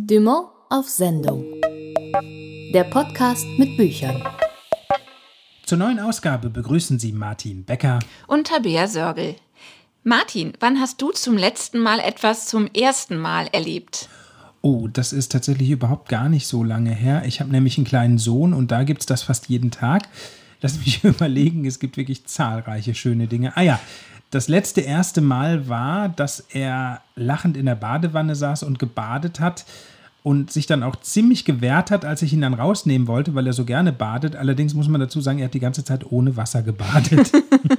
Dumont auf Sendung. Der Podcast mit Büchern. Zur neuen Ausgabe begrüßen Sie Martin Becker und Tabea Sörgel. Martin, wann hast du zum letzten Mal etwas zum ersten Mal erlebt? Oh, das ist tatsächlich überhaupt gar nicht so lange her. Ich habe nämlich einen kleinen Sohn und da gibt es das fast jeden Tag. Lass mich überlegen, es gibt wirklich zahlreiche schöne Dinge. Das erste Mal war, dass er lachend in der Badewanne saß und gebadet hat und sich dann auch ziemlich gewehrt hat, als ich ihn dann rausnehmen wollte, weil er so gerne badet. Allerdings muss man dazu sagen, er hat die ganze Zeit ohne Wasser gebadet.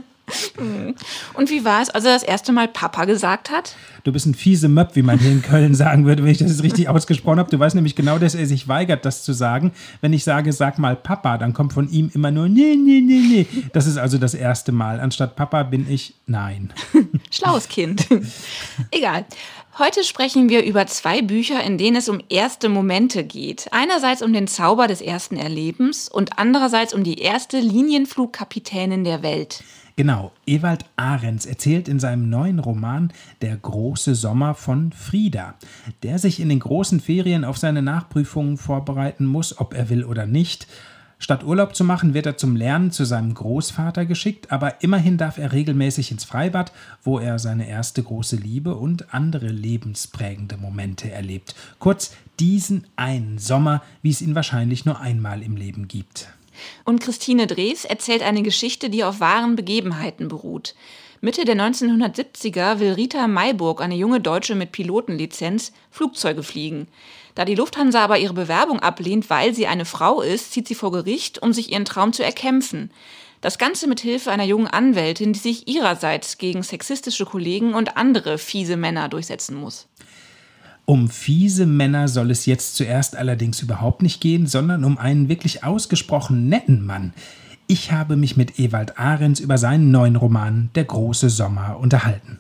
Und wie war es, als er das erste Mal Papa gesagt hat? Du bist ein fiese Möpp, wie man hier in Köln sagen würde, wenn ich das jetzt richtig ausgesprochen habe. Du weißt nämlich genau, dass er sich weigert, das zu sagen. Wenn ich sage, sag mal Papa, dann kommt von ihm immer nur nee. Das ist also das erste Mal. Anstatt Papa bin ich nein. Schlaues Kind. Egal. Heute sprechen wir über 2 Bücher, in denen es um erste Momente geht. Einerseits um den Zauber des ersten Erlebens und andererseits um die erste Linienflugkapitänin der Welt. Genau, Ewald Arentz erzählt in seinem neuen Roman Der große Sommer von Frieda, der sich in den großen Ferien auf seine Nachprüfungen vorbereiten muss, ob er will oder nicht. Statt Urlaub zu machen, wird er zum Lernen zu seinem Großvater geschickt, aber immerhin darf er regelmäßig ins Freibad, wo er seine erste große Liebe und andere lebensprägende Momente erlebt. Kurz, diesen einen Sommer, wie es ihn wahrscheinlich nur einmal im Leben gibt. Und Christine Drees erzählt eine Geschichte, die auf wahren Begebenheiten beruht. Mitte der 1970er will Rita Mayburg, eine junge Deutsche mit Pilotenlizenz, Flugzeuge fliegen. Da die Lufthansa aber ihre Bewerbung ablehnt, weil sie eine Frau ist, zieht sie vor Gericht, um sich ihren Traum zu erkämpfen. Das Ganze mit Hilfe einer jungen Anwältin, die sich ihrerseits gegen sexistische Kollegen und andere fiese Männer durchsetzen muss. Um fiese Männer soll es jetzt zuerst allerdings überhaupt nicht gehen, sondern um einen wirklich ausgesprochen netten Mann. Ich habe mich mit Ewald Arentz über seinen neuen Roman Der große Sommer unterhalten.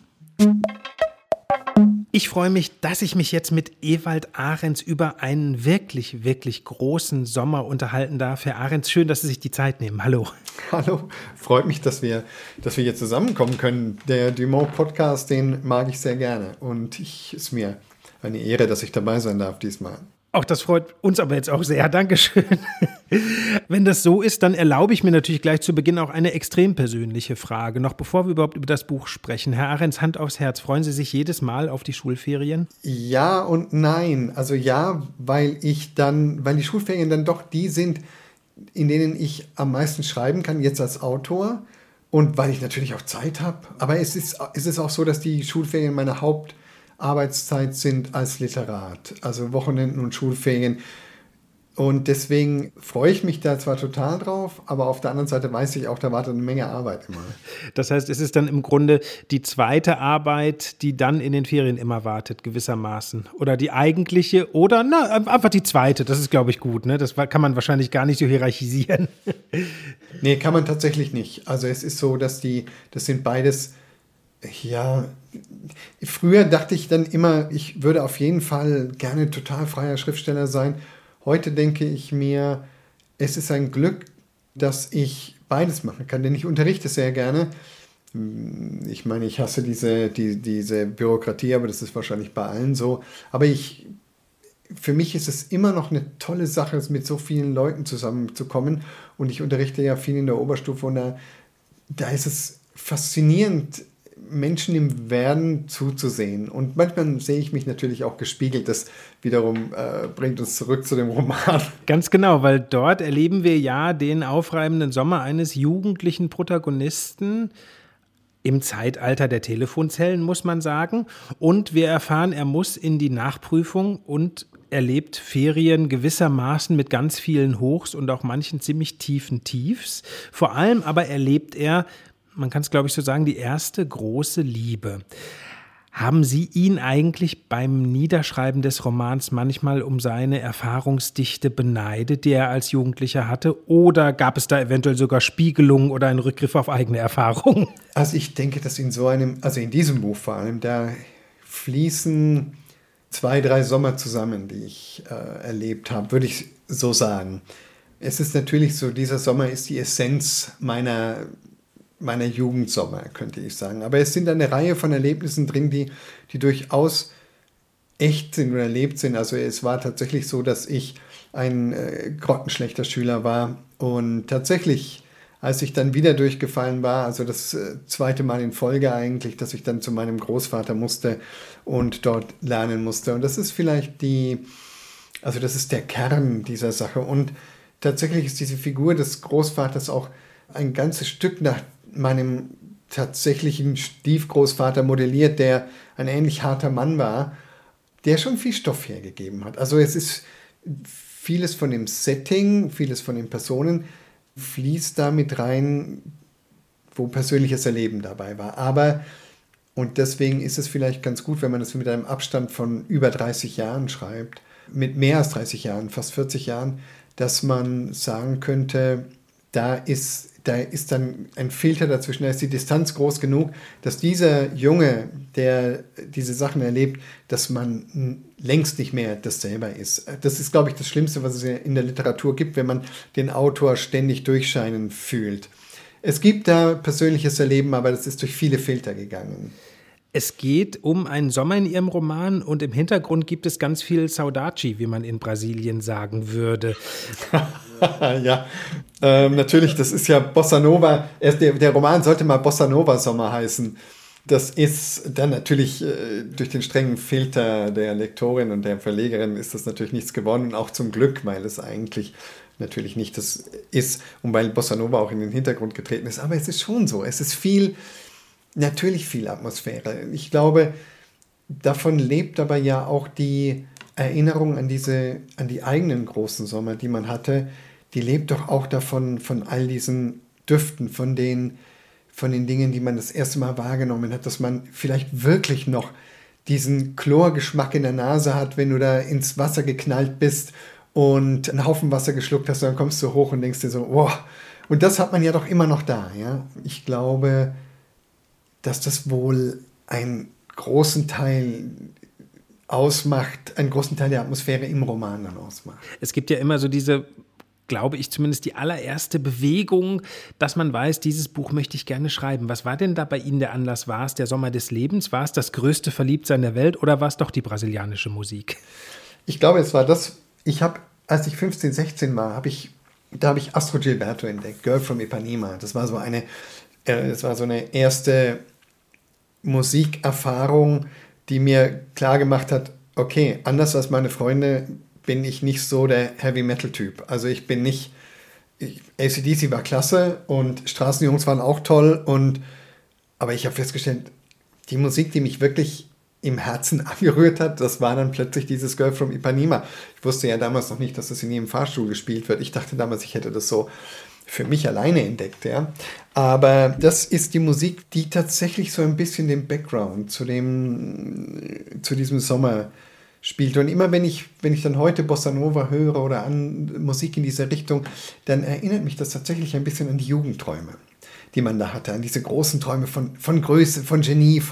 Ich freue mich, dass ich mich jetzt mit Ewald Arentz über einen wirklich, wirklich großen Sommer unterhalten darf. Herr Arentz, schön, dass Sie sich die Zeit nehmen. Hallo. Hallo, freut mich, dass wir hier zusammenkommen können. Der Dumont-Podcast, den mag ich sehr gerne und ist mir eine Ehre, dass ich dabei sein darf diesmal. Auch das freut uns aber jetzt auch sehr. Dankeschön. Wenn das so ist, dann erlaube ich mir natürlich gleich zu Beginn auch eine extrem persönliche Frage. Noch bevor wir überhaupt über das Buch sprechen. Herr Arentz, Hand aufs Herz. Freuen Sie sich jedes Mal auf die Schulferien? Ja und nein. Also ja, weil die Schulferien dann doch die sind, in denen ich am meisten schreiben kann, jetzt als Autor. Und weil ich natürlich auch Zeit habe. Aber es ist auch so, dass die Schulferien meine Hauptarbeitszeit sind als Literat, also Wochenenden und Schulferien. Und deswegen freue ich mich da zwar total drauf, aber auf der anderen Seite weiß ich auch, da wartet eine Menge Arbeit immer. Das heißt, es ist dann im Grunde die zweite Arbeit, die dann in den Ferien immer wartet, gewissermaßen. Oder die eigentliche oder einfach die zweite. Das ist, glaube ich, gut. Ne? Das kann man wahrscheinlich gar nicht so hierarchisieren. Nee, kann man tatsächlich nicht. Also es ist so, das sind beides. Ja, früher dachte ich dann immer, ich würde auf jeden Fall gerne total freier Schriftsteller sein. Heute denke ich mir, es ist ein Glück, dass ich beides machen kann, denn ich unterrichte sehr gerne. Ich meine, ich hasse diese Bürokratie, aber das ist wahrscheinlich bei allen so. Aber für mich ist es immer noch eine tolle Sache, mit so vielen Leuten zusammenzukommen. Und ich unterrichte ja viel in der Oberstufe und da ist es faszinierend, Menschen im Werden zuzusehen. Und manchmal sehe ich mich natürlich auch gespiegelt. Das wiederum bringt uns zurück zu dem Roman. Ganz genau, weil dort erleben wir ja den aufreibenden Sommer eines jugendlichen Protagonisten im Zeitalter der Telefonzellen, muss man sagen. Und wir erfahren, er muss in die Nachprüfung und erlebt Ferien gewissermaßen mit ganz vielen Hochs und auch manchen ziemlich tiefen Tiefs. Vor allem aber erlebt er, man kann es, glaube ich, so sagen, die erste große Liebe. Haben Sie ihn eigentlich beim Niederschreiben des Romans manchmal um seine Erfahrungsdichte beneidet, die er als Jugendlicher hatte? Oder gab es da eventuell sogar Spiegelungen oder einen Rückgriff auf eigene Erfahrungen? Also ich denke, dass in diesem Buch vor allem, da fließen 2, 3 Sommer zusammen, die ich erlebt habe, würde ich so sagen. Es ist natürlich so, dieser Sommer ist die Essenz meiner Jugendsommer, könnte ich sagen. Aber es sind eine Reihe von Erlebnissen drin, die durchaus echt sind oder erlebt sind. Also es war tatsächlich so, dass ich ein grottenschlechter Schüler war und tatsächlich, als ich dann wieder durchgefallen war, also das zweite Mal in Folge eigentlich, dass ich dann zu meinem Großvater musste und dort lernen musste. Und das ist vielleicht das ist der Kern dieser Sache. Und tatsächlich ist diese Figur des Großvaters auch ein ganzes Stück nach meinem tatsächlichen Stiefgroßvater modelliert, der ein ähnlich harter Mann war, der schon viel Stoff hergegeben hat. Also es ist vieles von dem Setting, vieles von den Personen fließt da mit rein, wo persönliches Erleben dabei war. Aber, und deswegen ist es vielleicht ganz gut, wenn man das mit einem Abstand von über 30 Jahren schreibt, mit mehr als 30 Jahren, fast 40 Jahren, dass man sagen könnte, da ist dann ein Filter dazwischen, da ist die Distanz groß genug, dass dieser Junge, der diese Sachen erlebt, dass man längst nicht mehr das selber ist. Das ist, glaube ich, das Schlimmste, was es in der Literatur gibt, wenn man den Autor ständig durchscheinen fühlt. Es gibt da persönliches Erleben, aber das ist durch viele Filter gegangen. Es geht um einen Sommer in Ihrem Roman und im Hintergrund gibt es ganz viel Saudade, wie man in Brasilien sagen würde. Ja, natürlich, das ist ja Bossa Nova. Der Roman sollte mal Bossa Nova Sommer heißen. Das ist dann natürlich durch den strengen Filter der Lektorin und der Verlegerin ist das natürlich nichts gewonnen, auch zum Glück, weil es eigentlich natürlich nicht das ist und weil Bossa Nova auch in den Hintergrund getreten ist. Aber es ist schon so, es ist natürlich viel Atmosphäre. Ich glaube, davon lebt aber ja auch die Erinnerung an die eigenen großen Sommer, die man hatte, die lebt doch auch davon, von all diesen Düften, von den Dingen, die man das erste Mal wahrgenommen hat, dass man vielleicht wirklich noch diesen Chlorgeschmack in der Nase hat, wenn du da ins Wasser geknallt bist und einen Haufen Wasser geschluckt hast, und dann kommst du hoch und denkst dir so, wow. Und das hat man ja doch immer noch da. Ja? Ich glaube, dass das wohl einen großen Teil ausmacht, einen großen Teil der Atmosphäre im Roman dann ausmacht. Es gibt ja immer so diese, glaube ich, zumindest die allererste Bewegung, dass man weiß, dieses Buch möchte ich gerne schreiben. Was war denn da bei Ihnen der Anlass? War es der Sommer des Lebens? War es das größte Verliebtsein der Welt oder war es doch die brasilianische Musik? Ich glaube, es war das. Als ich 15, 16 war, habe ich Astrud Gilberto entdeckt, Girl from Ipanema. Das war so eine erste Musikerfahrung, die mir klar gemacht hat, okay, anders als meine Freunde bin ich nicht so der Heavy-Metal-Typ. Also ich bin nicht, AC/DC war klasse und Straßenjungs waren auch toll, aber ich habe festgestellt, die Musik, die mich wirklich im Herzen angerührt hat, das war dann plötzlich dieses Girl from Ipanema. Ich wusste ja damals noch nicht, dass das in jedem Fahrstuhl gespielt wird. Ich dachte damals, ich hätte das so für mich alleine entdeckt, ja. Aber das ist die Musik, die tatsächlich so ein bisschen den Background zu diesem Sommer spielt. Und immer wenn ich dann heute Bossa Nova höre oder an Musik in dieser Richtung, dann erinnert mich das tatsächlich ein bisschen an die Jugendträume, die man da hatte, an diese großen Träume von Größe, von Genie,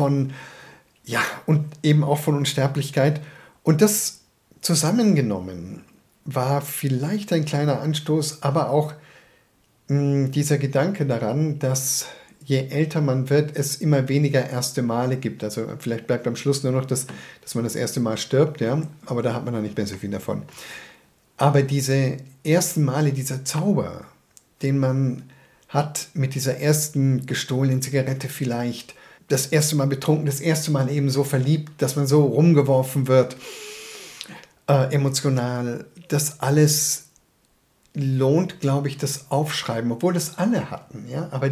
und eben auch von Unsterblichkeit. Und das zusammengenommen war vielleicht ein kleiner Anstoß, aber auch dieser Gedanke daran, dass je älter man wird, es immer weniger erste Male gibt. Also vielleicht bleibt am Schluss nur noch, dass man das erste Mal stirbt, ja, aber da hat man dann nicht mehr so viel davon. Aber diese ersten Male, dieser Zauber, den man hat mit dieser ersten gestohlenen Zigarette vielleicht, das erste Mal betrunken, das erste Mal eben so verliebt, dass man so rumgeworfen wird, emotional, das alles lohnt, glaube ich, das Aufschreiben, obwohl das alle hatten, ja, aber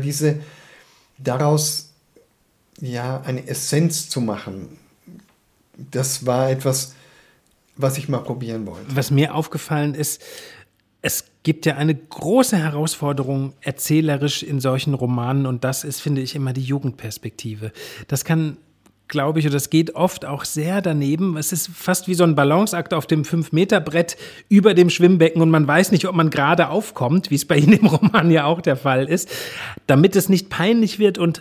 daraus ja eine Essenz zu machen, das war etwas, was ich mal probieren wollte. Was mir aufgefallen ist, es gibt ja eine große Herausforderung erzählerisch in solchen Romanen und das ist, finde ich, immer die Jugendperspektive. Das kann, glaube ich, und das geht oft auch sehr daneben. Es ist fast wie so ein Balanceakt auf dem 5-Meter-Brett über dem Schwimmbecken und man weiß nicht, ob man gerade aufkommt, wie es bei Ihnen im Roman ja auch der Fall ist, damit es nicht peinlich wird und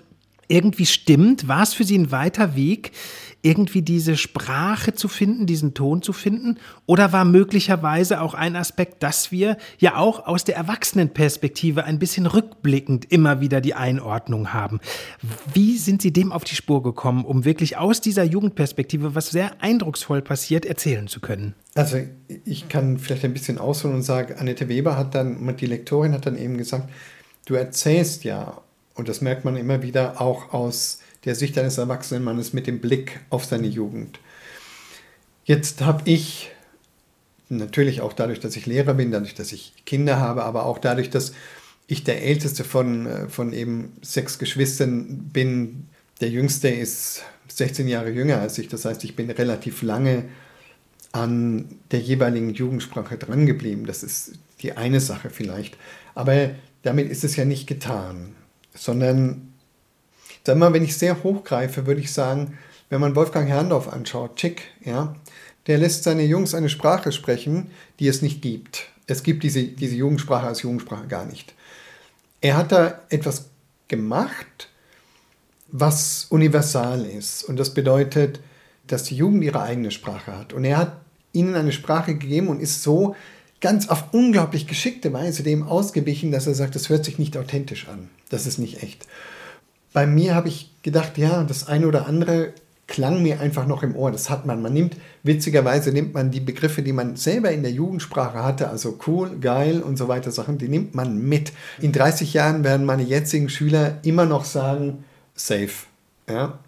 irgendwie stimmt? War es für Sie ein weiter Weg, irgendwie diese Sprache zu finden, diesen Ton zu finden? Oder war möglicherweise auch ein Aspekt, dass wir ja auch aus der Erwachsenenperspektive ein bisschen rückblickend immer wieder die Einordnung haben? Wie sind Sie dem auf die Spur gekommen, um wirklich aus dieser Jugendperspektive, was sehr eindrucksvoll passiert, erzählen zu können? Also ich kann vielleicht ein bisschen ausholen und sagen, Annette Weber die Lektorin hat dann eben gesagt, du erzählst ja, und das merkt man immer wieder auch aus der Sicht eines erwachsenen Mannes mit dem Blick auf seine Jugend. Jetzt habe ich, natürlich auch dadurch, dass ich Lehrer bin, dadurch, dass ich Kinder habe, aber auch dadurch, dass ich der Älteste von eben 6 Geschwistern bin. Der Jüngste ist 16 Jahre jünger als ich, das heißt, ich bin relativ lange an der jeweiligen Jugendsprache dran geblieben. Das ist die eine Sache vielleicht. Aber damit ist es ja nicht getan, sondern, sag mal, wenn ich sehr hochgreife, würde ich sagen, wenn man Wolfgang Herrndorf anschaut, Chick, ja, der lässt seine Jungs eine Sprache sprechen, die es nicht gibt. Es gibt diese Jugendsprache als Jugendsprache gar nicht. Er hat da etwas gemacht, was universal ist. Und das bedeutet, dass die Jugend ihre eigene Sprache hat. Und er hat ihnen eine Sprache gegeben und ist so ganz auf unglaublich geschickte Weise dem ausgewichen, dass er sagt, das hört sich nicht authentisch an. Das ist nicht echt. Bei mir habe ich gedacht, ja, das eine oder andere klang mir einfach noch im Ohr. Das hat man. Witzigerweise nimmt man die Begriffe, die man selber in der Jugendsprache hatte, also cool, geil und so weiter Sachen, die nimmt man mit. In 30 Jahren werden meine jetzigen Schüler immer noch sagen, safe. Ja?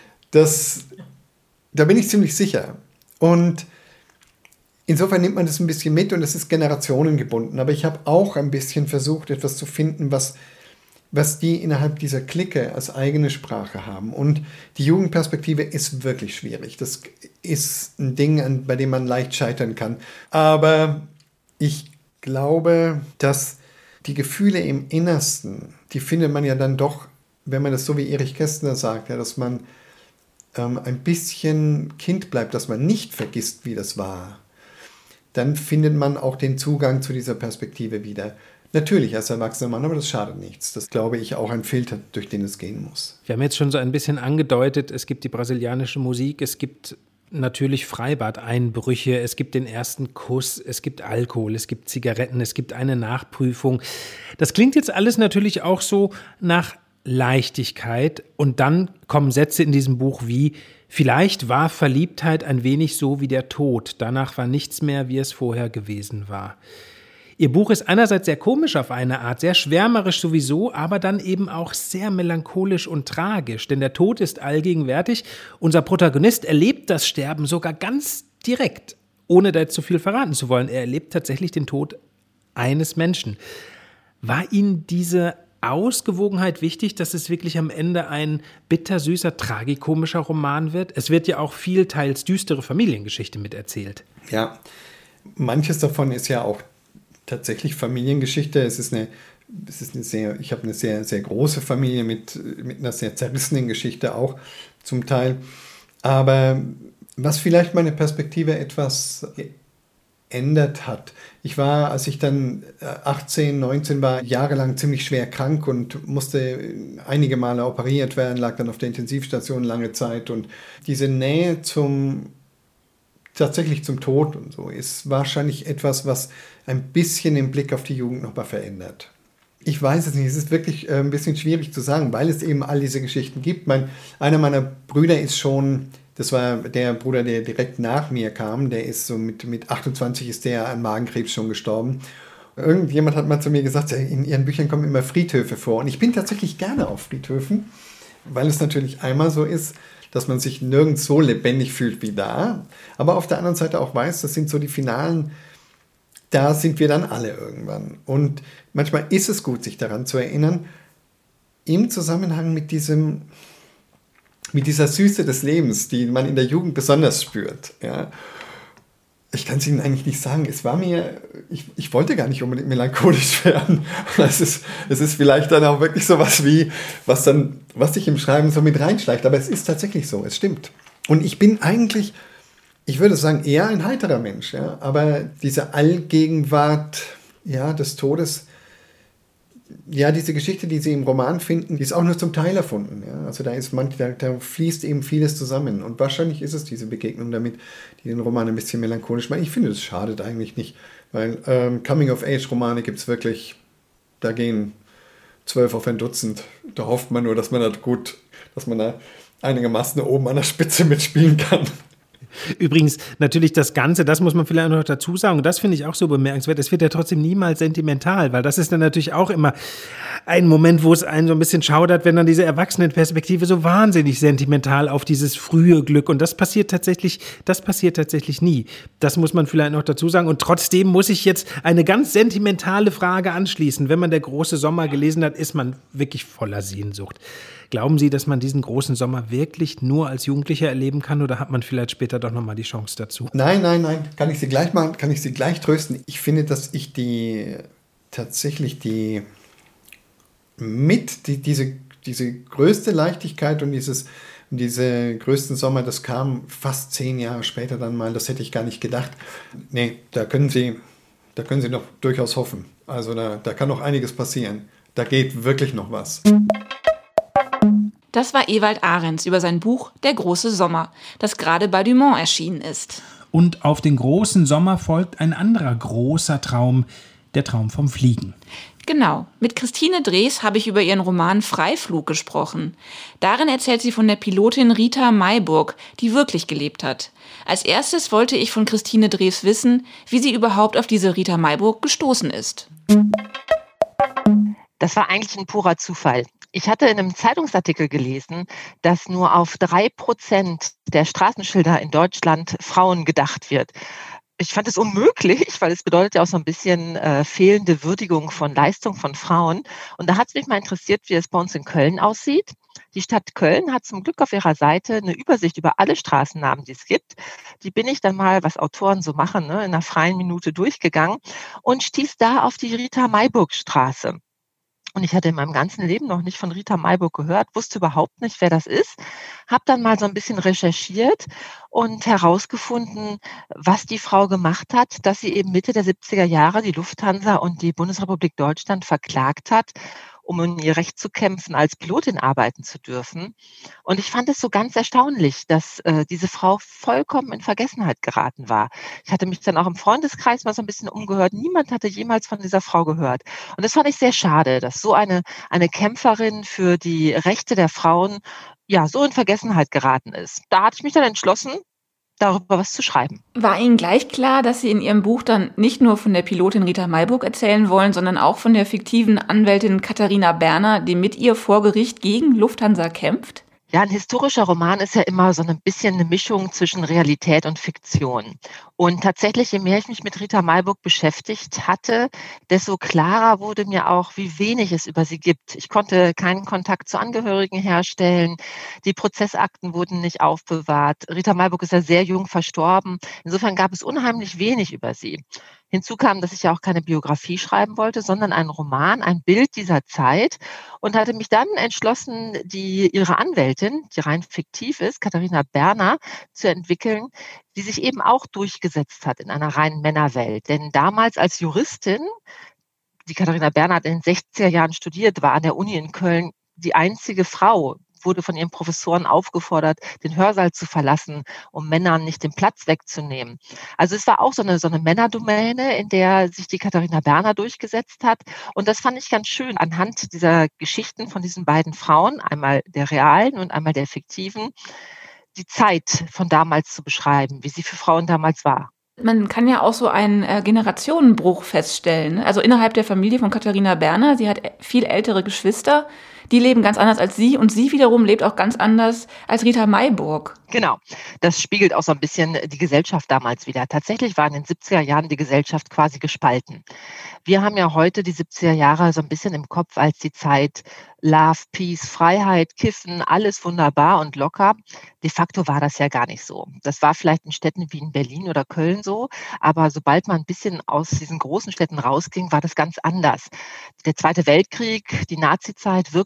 Da bin ich ziemlich sicher. Und insofern nimmt man das ein bisschen mit und es ist generationengebunden. Aber ich habe auch ein bisschen versucht, etwas zu finden, was die innerhalb dieser Clique als eigene Sprache haben. Und die Jugendperspektive ist wirklich schwierig. Das ist ein Ding, bei dem man leicht scheitern kann. Aber ich glaube, dass die Gefühle im Innersten, die findet man ja dann doch, wenn man das so wie Erich Kästner sagt, ja, dass man ein bisschen Kind bleibt, dass man nicht vergisst, wie das war, dann findet man auch den Zugang zu dieser Perspektive wieder. Natürlich als erwachsener Mann, aber das schadet nichts. Das glaube ich auch ein Filter, durch den es gehen muss. Wir haben jetzt schon so ein bisschen angedeutet, es gibt die brasilianische Musik, es gibt natürlich Freibadeinbrüche, es gibt den ersten Kuss, es gibt Alkohol, es gibt Zigaretten, es gibt eine Nachprüfung. Das klingt jetzt alles natürlich auch so nach Leichtigkeit und dann kommen Sätze in diesem Buch wie: Vielleicht war Verliebtheit ein wenig so wie der Tod, danach war nichts mehr, wie es vorher gewesen war. Ihr Buch ist einerseits sehr komisch auf eine Art, sehr schwärmerisch sowieso, aber dann eben auch sehr melancholisch und tragisch, denn der Tod ist allgegenwärtig. Unser Protagonist erlebt das Sterben sogar ganz direkt, ohne da jetzt zu viel verraten zu wollen. Er erlebt tatsächlich den Tod eines Menschen. War Ihnen diese Ausgewogenheit wichtig, dass es wirklich am Ende ein bittersüßer, tragikomischer Roman wird? Es wird ja auch viel teils düstere Familiengeschichte miterzählt. Ja, manches davon ist ja auch tatsächlich Familiengeschichte. Ich habe eine sehr, sehr große Familie mit einer sehr zerrissenen Geschichte auch zum Teil. Aber was vielleicht meine Perspektive etwas geändert hat. Ich war, als ich dann 18, 19 war, jahrelang ziemlich schwer krank und musste einige Male operiert werden, lag dann auf der Intensivstation lange Zeit. Und diese Nähe tatsächlich zum Tod und so ist wahrscheinlich etwas, was ein bisschen den Blick auf die Jugend nochmal verändert. Ich weiß es nicht, es ist wirklich ein bisschen schwierig zu sagen, weil es eben all diese Geschichten gibt. Einer meiner Brüder ist schon, das war der Bruder, der direkt nach mir kam, der ist so mit 28 ist der an Magenkrebs schon gestorben. Irgendjemand hat mal zu mir gesagt, in ihren Büchern kommen immer Friedhöfe vor. Und ich bin tatsächlich gerne auf Friedhöfen, weil es natürlich einmal so ist, dass man sich nirgends so lebendig fühlt wie da. Aber auf der anderen Seite auch weiß, das sind so die Finalen, da sind wir dann alle irgendwann. Und manchmal ist es gut, sich daran zu erinnern, im Zusammenhang mit dieser Süße des Lebens, die man in der Jugend besonders spürt. Ja. Ich kann es Ihnen eigentlich nicht sagen. Es war mir, ich wollte gar nicht unbedingt melancholisch werden. Es ist vielleicht dann auch wirklich so was wie, was sich im Schreiben so mit reinschleicht. Aber es ist tatsächlich so, es stimmt. Und ich bin eigentlich, ich würde sagen, eher ein heiterer Mensch. Ja? Aber diese Allgegenwart des Todes, ja, diese Geschichte, die Sie im Roman finden, die ist auch nur zum Teil erfunden. Ja? Also da fließt eben vieles zusammen. Und wahrscheinlich ist es diese Begegnung damit, die den Roman ein bisschen melancholisch macht. Ich finde, das schadet eigentlich nicht, weil Coming-of-Age-Romane gibt es wirklich, da gehen 12 auf ein Dutzend. Da hofft man nur, dass man da einigermaßen oben an der Spitze mitspielen kann. Übrigens, natürlich das Ganze, das muss man vielleicht noch dazu sagen, und das finde ich auch so bemerkenswert, es wird ja trotzdem niemals sentimental, weil das ist dann natürlich auch immer ein Moment, wo es einen so ein bisschen schaudert, wenn dann diese Erwachsenenperspektive so wahnsinnig sentimental auf dieses frühe Glück, und das passiert tatsächlich nie. Das muss man vielleicht noch dazu sagen, und trotzdem muss ich jetzt eine ganz sentimentale Frage anschließen. Wenn man Der große Sommer gelesen hat, ist man wirklich voller Sehnsucht. Glauben Sie, dass man diesen großen Sommer wirklich nur als Jugendlicher erleben kann, oder hat man vielleicht später doch nochmal die Chance dazu? Nein. Kann ich Sie gleich machen? Kann ich Sie gleich trösten? Ich finde, dass ich diese größte Leichtigkeit und diese größten Sommer, das kam fast 10 Jahre später dann mal. Das hätte ich gar nicht gedacht. Nee, da können Sie noch durchaus hoffen. Also da kann noch einiges passieren. Da geht wirklich noch was. Das war Ewald Ahrens über sein Buch Der große Sommer, das gerade bei Dumont erschienen ist. Und auf den großen Sommer folgt ein anderer großer Traum, der Traum vom Fliegen. Genau, mit Christine Drees habe ich über ihren Roman Freiflug gesprochen. Darin erzählt sie von der Pilotin Rita Mayburg, die wirklich gelebt hat. Als erstes wollte ich von Christine Drees wissen, wie sie überhaupt auf diese Rita Mayburg gestoßen ist. Das war eigentlich ein purer Zufall. Ich hatte in einem Zeitungsartikel gelesen, dass nur auf 3% der Straßenschilder in Deutschland Frauen gedacht wird. Ich fand es unmöglich, weil es bedeutet ja auch so ein bisschen fehlende Würdigung von Leistung von Frauen. Und da hat es mich mal interessiert, wie es bei uns in Köln aussieht. Die Stadt Köln hat zum Glück auf ihrer Seite eine Übersicht über alle Straßennamen, die es gibt. Die bin ich dann mal, was Autoren so machen, in einer freien Minute durchgegangen und stieß da auf die Rita-Mayburg-Straße. Und ich hatte in meinem ganzen Leben noch nicht von Rita Mayburg gehört, wusste überhaupt nicht, wer das ist. Habe dann mal so ein bisschen recherchiert und herausgefunden, was die Frau gemacht hat, dass sie eben Mitte der 70er Jahre die Lufthansa und die Bundesrepublik Deutschland verklagt hat, um um ihr Recht zu kämpfen, als Pilotin arbeiten zu dürfen. Und ich fand es so ganz erstaunlich, dass diese Frau vollkommen in Vergessenheit geraten war. Ich hatte mich dann auch im Freundeskreis mal so ein bisschen umgehört. Niemand hatte jemals von dieser Frau gehört. Und das fand ich sehr schade, dass so eine Kämpferin für die Rechte der Frauen ja so in Vergessenheit geraten ist. Da hatte ich mich dann entschlossen, darüber was zu schreiben. War Ihnen gleich klar, dass Sie in Ihrem Buch dann nicht nur von der Pilotin Rita Mayburg erzählen wollen, sondern auch von der fiktiven Anwältin Katharina Berner, die mit ihr vor Gericht gegen Lufthansa kämpft? Ja, ein historischer Roman ist ja immer so ein bisschen eine Mischung zwischen Realität und Fiktion. Und tatsächlich, je mehr ich mich mit Rita Mayburg beschäftigt hatte, desto klarer wurde mir auch, wie wenig es über sie gibt. Ich konnte keinen Kontakt zu Angehörigen herstellen. Die Prozessakten wurden nicht aufbewahrt. Rita Mayburg ist ja sehr jung verstorben. Insofern gab es unheimlich wenig über sie. Hinzu kam, dass ich ja auch keine Biografie schreiben wollte, sondern einen Roman, ein Bild dieser Zeit, und hatte mich dann entschlossen, ihre Anwältin, die rein fiktiv ist, Katharina Berner, zu entwickeln, die sich eben auch durchgesetzt hat in einer reinen Männerwelt. Denn damals als Juristin, die Katharina Berner hat in den 60er Jahren studiert, war an der Uni in Köln die einzige Frau, wurde von ihren Professoren aufgefordert, den Hörsaal zu verlassen, um Männern nicht den Platz wegzunehmen. Also es war auch so eine Männerdomäne, in der sich die Katharina Berner durchgesetzt hat. Und das fand ich ganz schön, anhand dieser Geschichten von diesen beiden Frauen, einmal der realen und einmal der fiktiven, die Zeit von damals zu beschreiben, wie sie für Frauen damals war. Man kann ja auch so einen Generationenbruch feststellen. Also innerhalb der Familie von Katharina Berner, sie hat viel ältere Geschwister, die leben ganz anders als sie, und sie wiederum lebt auch ganz anders als Rita Mayburg. Genau, das spiegelt auch so ein bisschen die Gesellschaft damals wider. Tatsächlich war in den 70er Jahren die Gesellschaft quasi gespalten. Wir haben ja heute die 70er Jahre so ein bisschen im Kopf als die Zeit Love, Peace, Freiheit, Kiffen, alles wunderbar und locker. De facto war das ja gar nicht so. Das war vielleicht in Städten wie in Berlin oder Köln so, aber sobald man ein bisschen aus diesen großen Städten rausging, war das ganz anders. Der Zweite Weltkrieg, die Nazizeit wirkte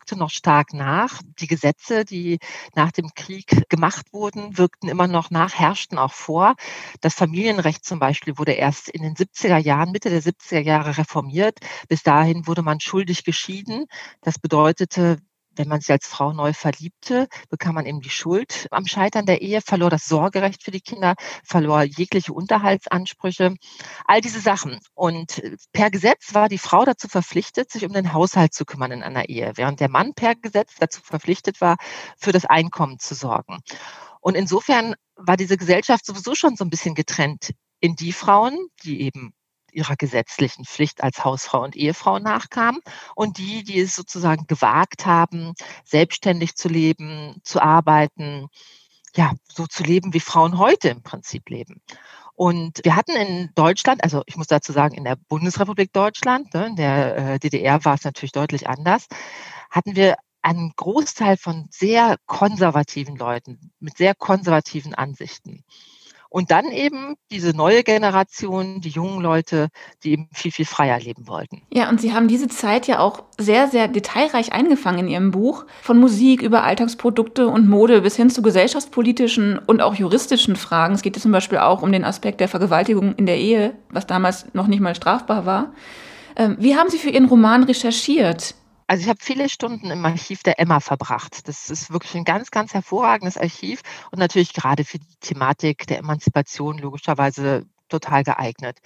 wirkte noch stark nach. Die Gesetze, die nach dem Krieg gemacht wurden, wirkten immer noch nach, herrschten auch vor. Das Familienrecht zum Beispiel wurde erst in den 70er Jahren, Mitte der 70er Jahre reformiert. Bis dahin wurde man schuldig geschieden. Das bedeutete, wenn man sich als Frau neu verliebte, bekam man eben die Schuld am Scheitern der Ehe, verlor das Sorgerecht für die Kinder, verlor jegliche Unterhaltsansprüche, all diese Sachen. Und per Gesetz war die Frau dazu verpflichtet, sich um den Haushalt zu kümmern in einer Ehe, während der Mann per Gesetz dazu verpflichtet war, für das Einkommen zu sorgen. Und insofern war diese Gesellschaft sowieso schon so ein bisschen getrennt in die Frauen, die eben ihrer gesetzlichen Pflicht als Hausfrau und Ehefrau nachkamen und die, die es sozusagen gewagt haben, selbstständig zu leben, zu arbeiten, ja, so zu leben, wie Frauen heute im Prinzip leben. Und wir hatten in Deutschland, also ich muss dazu sagen, in der Bundesrepublik Deutschland, in der DDR war es natürlich deutlich anders, hatten wir einen Großteil von sehr konservativen Leuten mit sehr konservativen Ansichten. Und dann eben diese neue Generation, die jungen Leute, die eben viel, viel freier leben wollten. Ja, und Sie haben diese Zeit ja auch sehr, sehr detailreich eingefangen in Ihrem Buch. Von Musik über Alltagsprodukte und Mode bis hin zu gesellschaftspolitischen und auch juristischen Fragen. Es geht ja zum Beispiel auch um den Aspekt der Vergewaltigung in der Ehe, was damals noch nicht mal strafbar war. Wie haben Sie für Ihren Roman recherchiert? Also ich habe viele Stunden im Archiv der Emma verbracht. Das ist wirklich ein ganz, ganz hervorragendes Archiv und natürlich gerade für die Thematik der Emanzipation logischerweise total geeignet.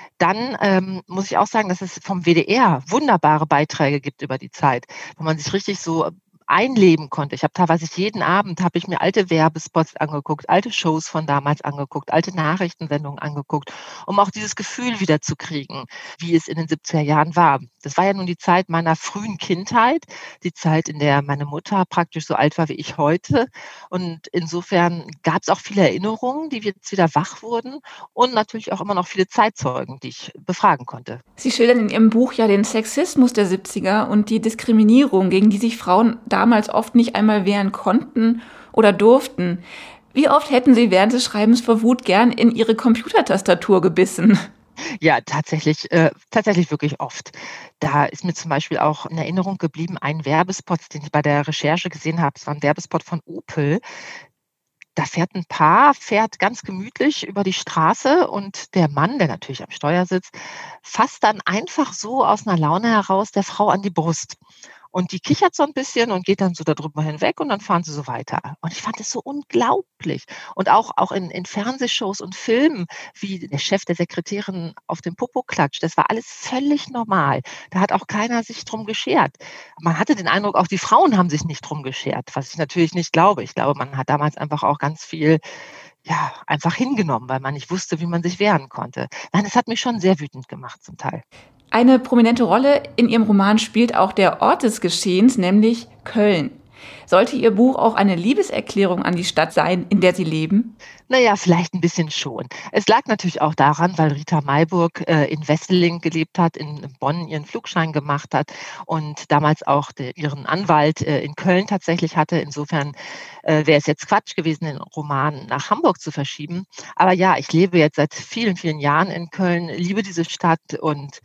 Dann muss ich auch sagen, dass es vom WDR wunderbare Beiträge gibt über die Zeit, wo man sich richtig so einleben konnte. Ich habe teilweise jeden Abend habe ich mir alte Werbespots angeguckt, alte Shows von damals angeguckt, alte Nachrichtensendungen angeguckt, um auch dieses Gefühl wieder zu kriegen, wie es in den 70er Jahren war. Das war ja nun die Zeit meiner frühen Kindheit, die Zeit, in der meine Mutter praktisch so alt war wie ich heute. Und insofern gab es auch viele Erinnerungen, die jetzt wieder wach wurden und natürlich auch immer noch viele Zeitzeugen, die ich befragen konnte. Sie schildern in Ihrem Buch ja den Sexismus der 70er und die Diskriminierung, gegen die sich Frauen damals oft nicht einmal wehren konnten oder durften. Wie oft hätten Sie während des Schreibens vor Wut gern in Ihre Computertastatur gebissen? Ja, tatsächlich wirklich oft. Da ist mir zum Beispiel auch in Erinnerung geblieben ein Werbespot, den ich bei der Recherche gesehen habe. Es war ein Werbespot von Opel. Da fährt ein Paar, fährt ganz gemütlich über die Straße und der Mann, der natürlich am Steuer sitzt, fasst dann einfach so aus einer Laune heraus der Frau an die Brust. Und die kichert so ein bisschen und geht dann so darüber hinweg und dann fahren sie so weiter. Und ich fand das so unglaublich. Und auch in Fernsehshows und Filmen, wie der Chef der Sekretärin auf dem Popo klatscht, das war alles völlig normal. Da hat auch keiner sich drum geschert. Man hatte den Eindruck, auch die Frauen haben sich nicht drum geschert, was ich natürlich nicht glaube. Ich glaube, man hat damals einfach auch ganz viel einfach hingenommen, weil man nicht wusste, wie man sich wehren konnte. Nein, das hat mich schon sehr wütend gemacht zum Teil. Eine prominente Rolle in Ihrem Roman spielt auch der Ort des Geschehens, nämlich Köln. Sollte Ihr Buch auch eine Liebeserklärung an die Stadt sein, in der Sie leben? Naja, vielleicht ein bisschen schon. Es lag natürlich auch daran, weil Rita Mayburg in Wesseling gelebt hat, in Bonn ihren Flugschein gemacht hat und damals auch ihren Anwalt in Köln tatsächlich hatte. Insofern wäre es jetzt Quatsch gewesen, den Roman nach Hamburg zu verschieben. Aber ja, ich lebe jetzt seit vielen, vielen Jahren in Köln, liebe diese Stadt und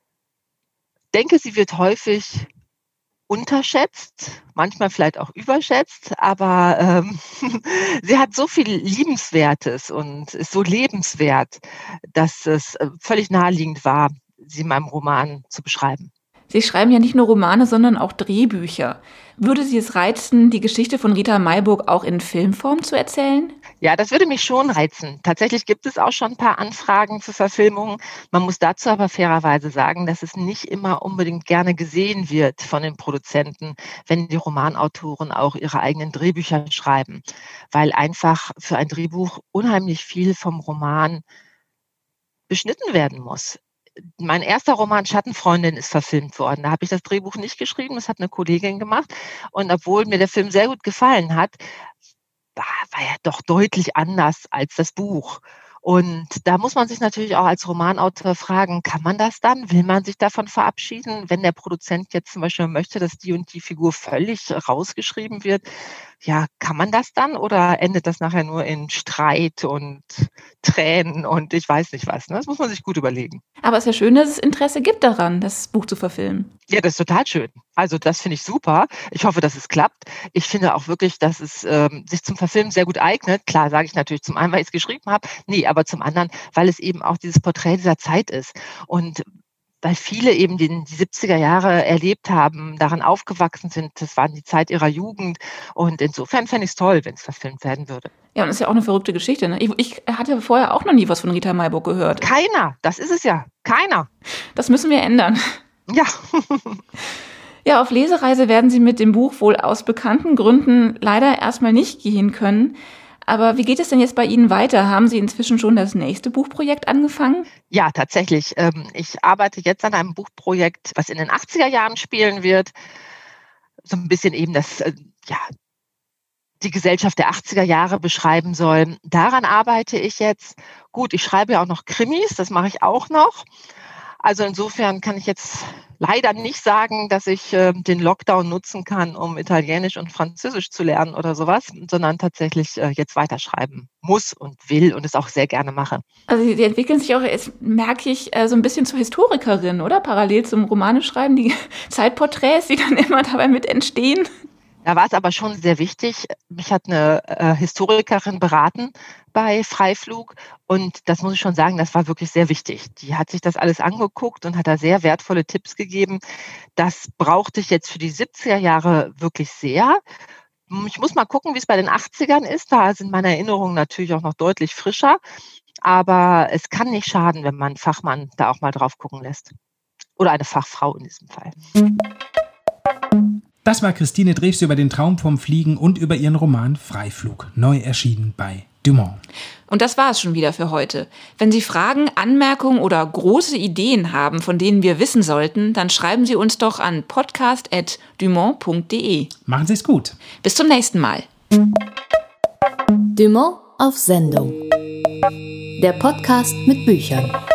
denke, sie wird häufig unterschätzt, manchmal vielleicht auch überschätzt, aber sie hat so viel Liebenswertes und ist so lebenswert, dass es völlig naheliegend war, sie in meinem Roman zu beschreiben. Sie schreiben ja nicht nur Romane, sondern auch Drehbücher. Würde Sie es reizen, die Geschichte von Rita Mayburg auch in Filmform zu erzählen? Ja, das würde mich schon reizen. Tatsächlich gibt es auch schon ein paar Anfragen für Verfilmungen. Man muss dazu aber fairerweise sagen, dass es nicht immer unbedingt gerne gesehen wird von den Produzenten, wenn die Romanautoren auch ihre eigenen Drehbücher schreiben, weil einfach für ein Drehbuch unheimlich viel vom Roman beschnitten werden muss. Mein erster Roman Schattenfreundin ist verfilmt worden. Da habe ich das Drehbuch nicht geschrieben, das hat eine Kollegin gemacht. Und obwohl mir der Film sehr gut gefallen hat, war er doch deutlich anders als das Buch. Und da muss man sich natürlich auch als Romanautor fragen, kann man das dann? Will man sich davon verabschieden, wenn der Produzent jetzt zum Beispiel möchte, dass die und die Figur völlig rausgeschrieben wird? ja, kann man das dann oder endet das nachher nur in Streit und Tränen und ich weiß nicht was, ne? Das muss man sich gut überlegen. Aber es ist ja schön, dass es Interesse gibt daran, das Buch zu verfilmen. Ja, das ist total schön. Also das finde ich super. Ich hoffe, dass es klappt. Ich finde auch wirklich, dass es sich zum Verfilmen sehr gut eignet. Klar, sage ich natürlich zum einen, weil ich es geschrieben habe. Nee, aber zum anderen, weil es eben auch dieses Porträt dieser Zeit ist. Und weil viele eben die 70er Jahre erlebt haben, daran aufgewachsen sind. Das war die Zeit ihrer Jugend. Und insofern fände ich es toll, wenn es verfilmt werden würde. Ja, und das ist ja auch eine verrückte Geschichte. Ne? Ich hatte vorher auch noch nie was von Rita Maiburg gehört. Keiner, das ist es ja. Keiner. Das müssen wir ändern. Ja. Ja, auf Lesereise werden Sie mit dem Buch wohl aus bekannten Gründen leider erstmal nicht gehen können. Aber wie geht es denn jetzt bei Ihnen weiter? Haben Sie inzwischen schon das nächste Buchprojekt angefangen? Ja, tatsächlich. Ich arbeite jetzt an einem Buchprojekt, was in den 80er Jahren spielen wird. So ein bisschen eben die Gesellschaft der 80er Jahre beschreiben soll. Daran arbeite ich jetzt. Gut, ich schreibe ja auch noch Krimis, das mache ich auch noch. Also insofern kann ich jetzt leider nicht sagen, dass ich den Lockdown nutzen kann, um Italienisch und Französisch zu lernen oder sowas, sondern tatsächlich jetzt weiterschreiben muss und will und es auch sehr gerne mache. Also Sie entwickeln sich auch, jetzt merke ich, so ein bisschen zur Historikerin, oder? Parallel zum Romaneschreiben, die Zeitporträts, die dann immer dabei mit entstehen. Da war es aber schon sehr wichtig. Mich hat eine Historikerin beraten bei Freiflug und das muss ich schon sagen, das war wirklich sehr wichtig. Die hat sich das alles angeguckt und hat da sehr wertvolle Tipps gegeben. Das brauchte ich jetzt für die 70er Jahre wirklich sehr. Ich muss mal gucken, wie es bei den 80ern ist. Da sind meine Erinnerungen natürlich auch noch deutlich frischer. Aber es kann nicht schaden, wenn man einen Fachmann da auch mal drauf gucken lässt. Oder eine Fachfrau in diesem Fall. Das war Christine Drews über den Traum vom Fliegen und über ihren Roman Freiflug, neu erschienen bei Dumont. Und das war es schon wieder für heute. Wenn Sie Fragen, Anmerkungen oder große Ideen haben, von denen wir wissen sollten, dann schreiben Sie uns doch an podcast@dumont.de. Machen Sie es gut. Bis zum nächsten Mal. Dumont auf Sendung. Der Podcast mit Büchern.